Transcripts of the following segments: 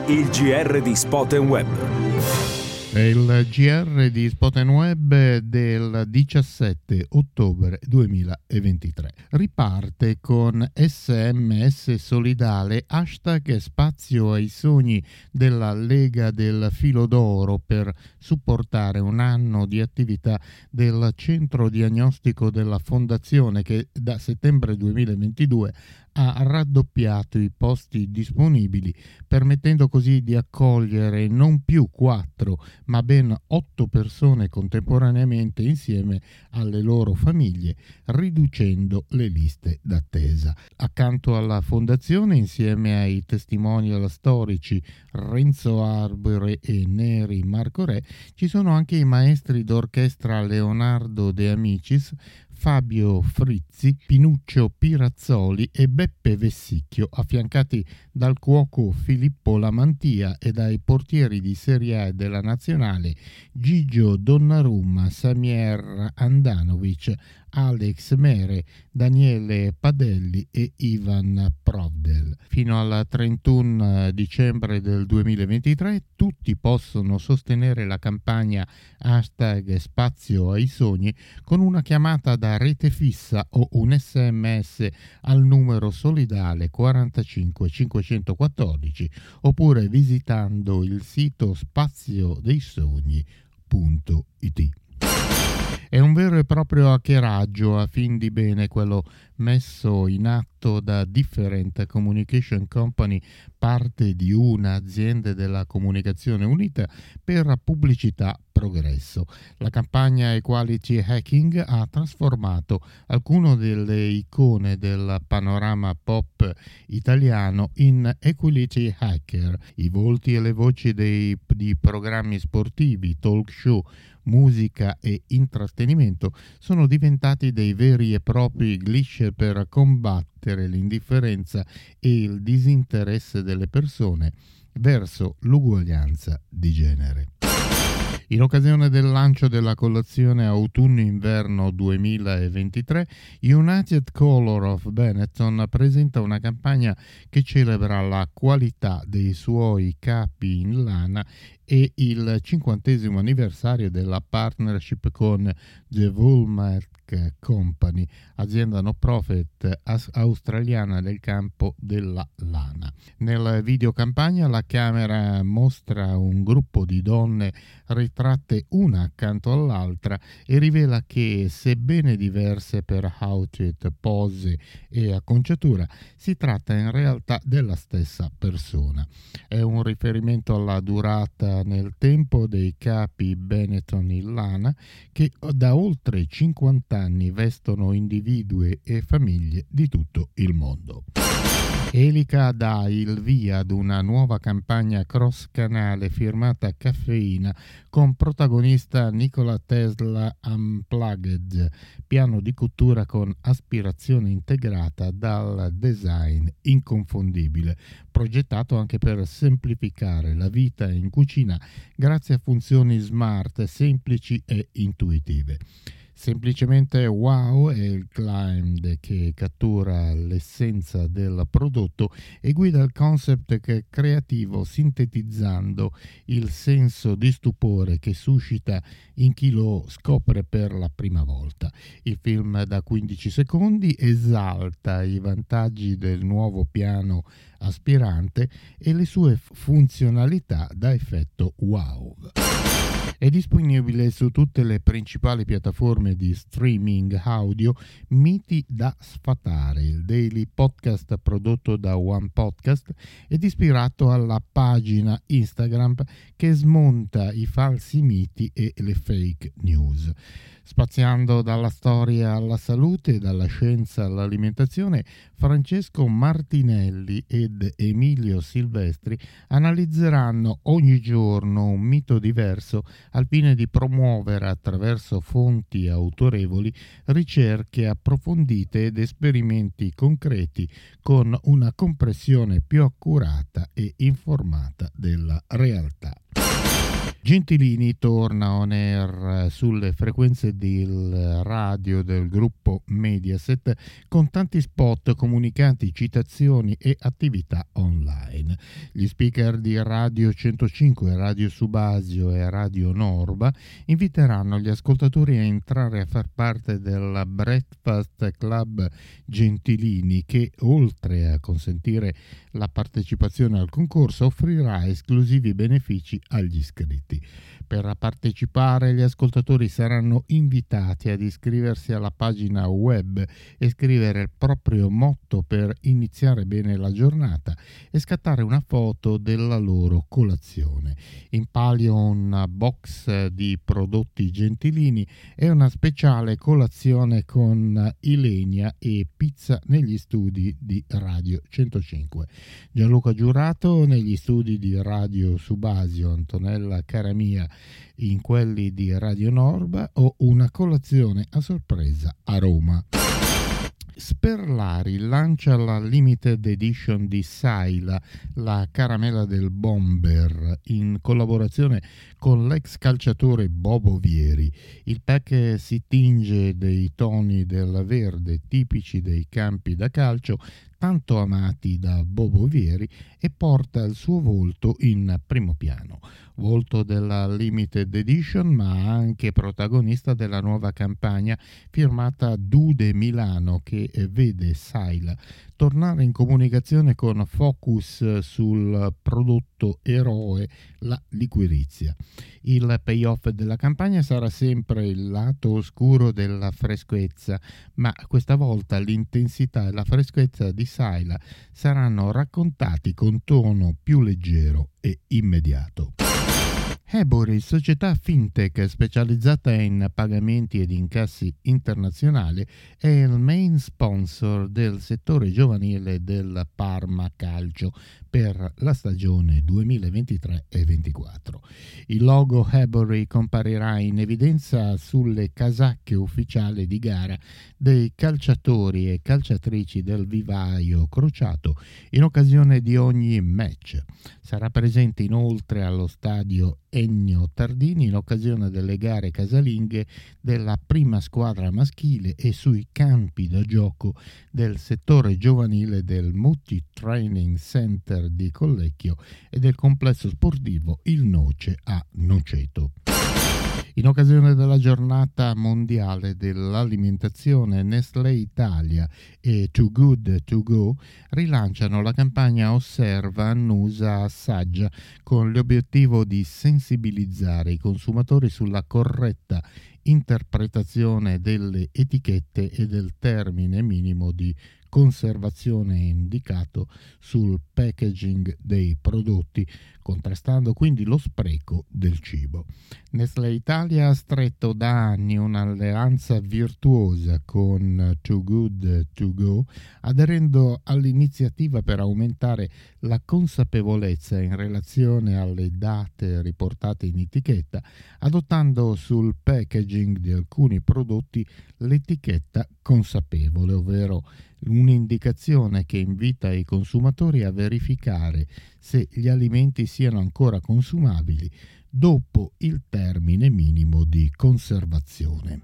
Il GR di Spoken Web. Il GR di Spoken Web del 17 ottobre 2023 riparte con SMS solidale, hashtag spazio ai sogni della Lega del Filo d'Oro per supportare un anno di attività del centro diagnostico della Fondazione, che da settembre 2022 ha raddoppiato i posti disponibili, permettendo così di accogliere non più 4 ma ben 8 persone contemporaneamente insieme alle loro famiglie, riducendo le liste d'attesa. Accanto alla fondazione, insieme ai testimonial storici Renzo Arbore e Neri Marco Re, ci sono anche i maestri d'orchestra Leonardo De Amicis, Fabio Frizzi, Pinuccio Pirazzoli e Beppe Vessicchio, affiancati dal cuoco Filippo Lamantia e dai portieri di Serie A della Nazionale Gigio Donnarumma, Samier Andanovic, Alex Mere, Daniele Padelli e Ivan Provdel. Fino al 31 dicembre del 2023 tutti possono sostenere la campagna hashtag spazio ai sogni con una chiamata da rete fissa o un SMS al numero solidale 45 514 oppure visitando il sito spaziodeisogni.it. È un vero e proprio hackeraggio a fin di bene quello messo in atto da Different Communication Company, parte di un'azienda della comunicazione unita, per pubblicità progresso. La campagna Equality Hacking ha trasformato alcune delle icone del panorama pop italiano in Equality Hacker. I volti e le voci di programmi sportivi, talk show, musica e intrattenimento sono diventati dei veri e propri glitch per combattere l'indifferenza e il disinteresse delle persone verso l'uguaglianza di genere. In occasione del lancio della collezione autunno-inverno 2023, United Color of Benetton presenta una campagna che celebra la qualità dei suoi capi in lana e il 50° anniversario della partnership con The Woolmark Company, azienda no profit australiana nel campo della lana. Nella videocampagna la camera mostra un gruppo di donne ritratte una accanto all'altra e rivela che, sebbene diverse per outfit, pose e acconciatura, si tratta in realtà della stessa persona. È un riferimento alla durata nel tempo dei capi Benetton in lana che da oltre 50 anni vestono individui e famiglie di tutto il mondo. Elica dà il via ad una nuova campagna cross-canale firmata Caffeina con protagonista Nikola Tesla Unplugged, piano di cottura con aspirazione integrata dal design inconfondibile, progettato anche per semplificare la vita in cucina grazie a funzioni smart, semplici e intuitive. Semplicemente wow è il claim che cattura l'essenza del prodotto e guida il concept creativo, sintetizzando il senso di stupore che suscita in chi lo scopre per la prima volta. Il film da 15 secondi esalta i vantaggi del nuovo piano aspirante e le sue funzionalità da effetto wow. È disponibile su tutte le principali piattaforme di streaming audio. Miti da sfatare, il daily podcast prodotto da One Podcast ed ispirato alla pagina Instagram che smonta i falsi miti e le fake news. Spaziando dalla storia alla salute, dalla scienza all'alimentazione, Francesco Martinelli ed Emilio Silvestri analizzeranno ogni giorno un mito diverso al fine di promuovere attraverso fonti autorevoli ricerche approfondite ed esperimenti concreti con una comprensione più accurata e informata della realtà. Gentilini torna on air sulle frequenze del radio del gruppo Mediaset con tanti spot, comunicati, citazioni e attività online. Gli speaker di Radio 105, Radio Subasio e Radio Norba inviteranno gli ascoltatori a entrare a far parte del Breakfast Club Gentilini che, oltre a consentire la partecipazione al concorso, offrirà esclusivi benefici agli iscritti. Per partecipare gli ascoltatori saranno invitati ad iscriversi alla pagina web e scrivere il proprio motto per iniziare bene la giornata e scattare una foto della loro colazione. In palio un box di prodotti Gentilini e una speciale colazione con Ilenia e pizza negli studi di Radio 105. Gianluca Giurato negli studi di Radio Subasio, Antonella Caramia in quelli di Radio Norba o una colazione a sorpresa a Roma. Sperlari lancia la limited edition di Saila, la caramella del bomber, in collaborazione con l'ex calciatore Bobo Vieri. Il pack si tinge dei toni del verde tipici dei campi da calcio, tanto amati da Bobo Vieri, e porta il suo volto in primo piano. Volto della limited edition, ma anche protagonista della nuova campagna firmata Dude Milano, che vede Saila tornare in comunicazione con focus sul prodotto eroe, la liquirizia. Il payoff della campagna sarà sempre il lato oscuro della freschezza, ma questa volta l'intensità e la freschezza di Saila saranno raccontati con tono più leggero e immediato. Ebori, società fintech specializzata in pagamenti ed incassi internazionali, è il main sponsor del settore giovanile del Parma Calcio per la stagione 2023-24. Il logo Ebori comparirà in evidenza sulle casacche ufficiali di gara dei calciatori e calciatrici del vivaio crociato in occasione di ogni match. Sarà presente inoltre allo stadio Ennio Tardini in occasione delle gare casalinghe della prima squadra maschile e sui campi da gioco del settore giovanile del Mutti Training Center di Collecchio e del complesso sportivo Il Noce a Noceto. In occasione della giornata mondiale dell'alimentazione, Nestlé Italia e Too Good To Go rilanciano la campagna Osserva, Annusa, Assaggia con l'obiettivo di sensibilizzare i consumatori sulla corretta interpretazione delle etichette e del termine minimo di conservazione indicato sul packaging dei prodotti, contrastando quindi lo spreco del cibo. Nestlé Italia ha stretto da anni un'alleanza virtuosa con Too Good To Go, aderendo all'iniziativa per aumentare la consapevolezza in relazione alle date riportate in etichetta, adottando sul packaging di alcuni prodotti l'etichetta consapevole, ovvero un'indicazione che invita i consumatori a verificare se gli alimenti siano ancora consumabili dopo il termine minimo di conservazione.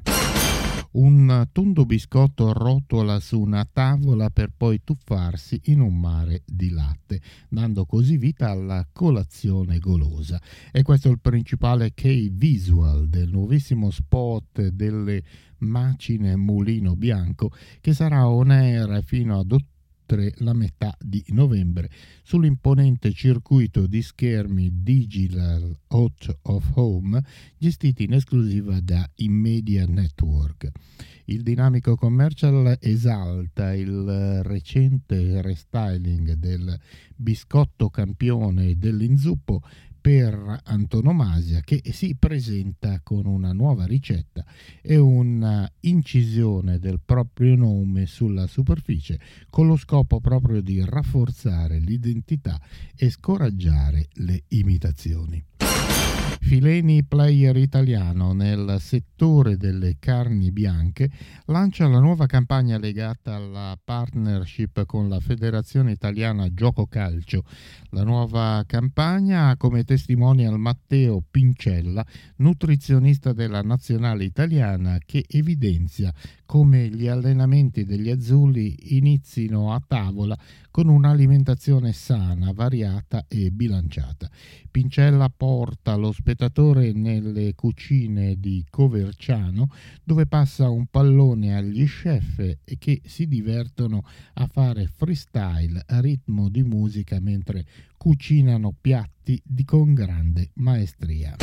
Un tondo biscotto rotola su una tavola per poi tuffarsi in un mare di latte, dando così vita alla colazione golosa. E questo è il principale key visual del nuovissimo spot delle Macine Mulino Bianco, che sarà on air fino ad la metà di novembre sull'imponente circuito di schermi Digital Out of Home gestiti in esclusiva da Immedia Network. Il dinamico commercial esalta il recente restyling del biscotto campione dell'inzuppo per antonomasia, che si presenta con una nuova ricetta e una incisione del proprio nome sulla superficie, con lo scopo proprio di rafforzare l'identità e scoraggiare le imitazioni. Fileni, player italiano nel settore delle carni bianche, lancia la nuova campagna legata alla partnership con la Federazione Italiana Gioco Calcio. La nuova campagna ha come testimonial Matteo Pincella, nutrizionista della nazionale italiana, che evidenzia come gli allenamenti degli azzurri inizino a tavola con un'alimentazione sana, variata e bilanciata. Pincella porta lo spettatore nelle cucine di Coverciano, dove passa un pallone agli chef che si divertono a fare freestyle a ritmo di musica mentre cucinano piatti con grande maestria.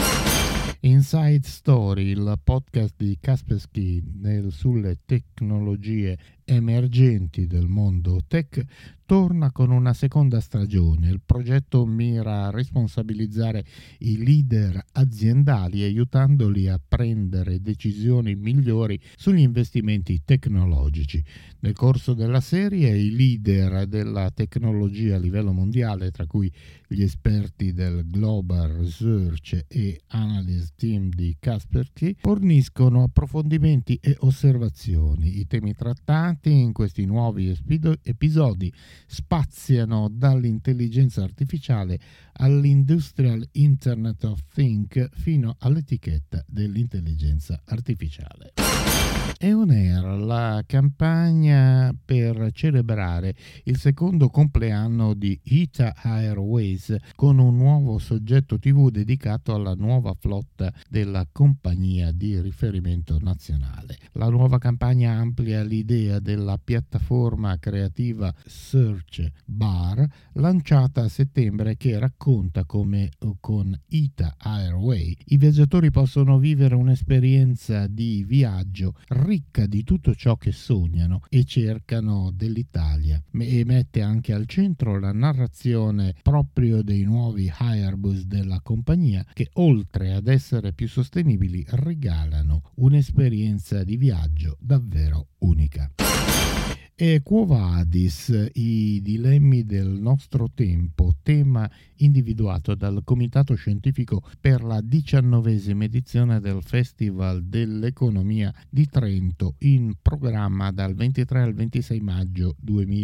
Inside Story, il podcast di Kaspersky sulle tecnologie emergenti del mondo tech, torna con una seconda stagione. Il progetto mira a responsabilizzare i leader aziendali, aiutandoli a prendere decisioni migliori sugli investimenti tecnologici. Nel corso della serie, i leader della tecnologia a livello mondiale, tra cui gli esperti del Global Research e Analyst Team di Kaspersky, forniscono approfondimenti e osservazioni. I temi trattati in questi nuovi episodi spaziano dall'intelligenza artificiale all'Industrial Internet of Things fino all'etichetta dell'intelligenza artificiale. EONair, la campagna per celebrare il secondo compleanno di ITA Airways con un nuovo soggetto TV dedicato alla nuova flotta della compagnia di riferimento nazionale. La nuova campagna amplia l'idea della piattaforma creativa Search Bar, lanciata a settembre, che racconta come con ITA Airways i viaggiatori possono vivere un'esperienza di viaggio ricca di tutto ciò che sognano e cercano dell'Italia, e mette anche al centro la narrazione proprio dei nuovi Airbus della compagnia, che oltre ad essere più sostenibili regalano un'esperienza di viaggio davvero unica. E Quo Vadis, i dilemmi del nostro tempo, tema individuato dal Comitato Scientifico per la 19ª edizione del Festival dell'Economia di Trento, in programma dal 23 al 26 maggio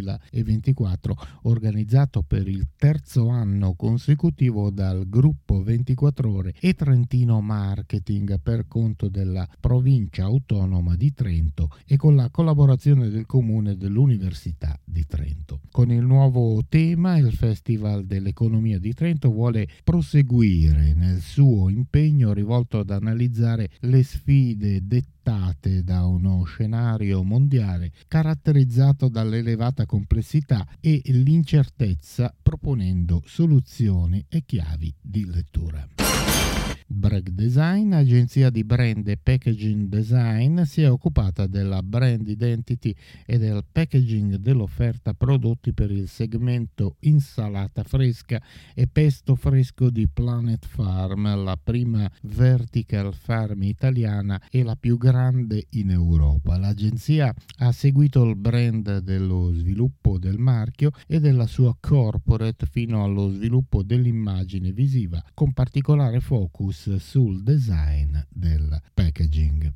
2024, organizzato per il terzo anno consecutivo dal Gruppo 24 Ore e Trentino Marketing per conto della Provincia Autonoma di Trento e con la collaborazione del Comune dell'Università di Trento. Con il nuovo tema, il Festival dell'Economia di Trento vuole proseguire nel suo impegno rivolto ad analizzare le sfide dettate da uno scenario mondiale caratterizzato dall'elevata complessità e l'incertezza, proponendo soluzioni e chiavi di lettura. Break Design, agenzia di brand e packaging design, si è occupata della brand identity e del packaging dell'offerta prodotti per il segmento insalata fresca e pesto fresco di Planet Farm, la prima vertical farm italiana e la più grande in Europa. L'agenzia ha seguito il brand dello sviluppo del marchio e della sua corporate fino allo sviluppo dell'immagine visiva, con particolare focus sul design del packaging.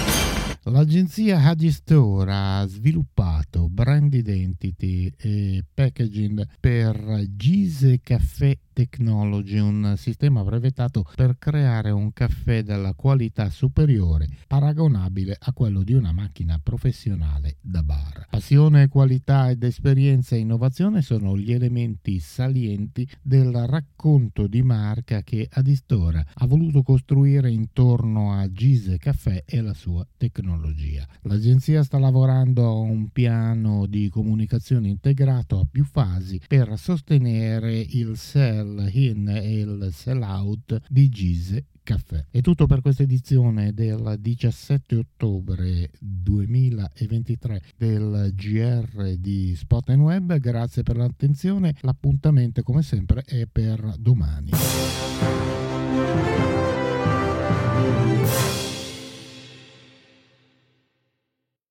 L'agenzia Hagistore ha sviluppato brand identity e packaging per Gise Caffè Technology, un sistema brevettato per creare un caffè della qualità superiore, paragonabile a quello di una macchina professionale da bar. Passione, qualità ed esperienza e innovazione sono gli elementi salienti del racconto di marca che Hagistore ha voluto costruire intorno a Gise Caffè e la sua tecnologia. L'agenzia sta lavorando a un piano di comunicazione integrato a più fasi per sostenere il sell-in e il sell-out di Gise Caffè. È tutto per questa edizione del 17 ottobre 2023 del GR di Spot & Web. Grazie per l'attenzione. L'appuntamento, come sempre, è per domani.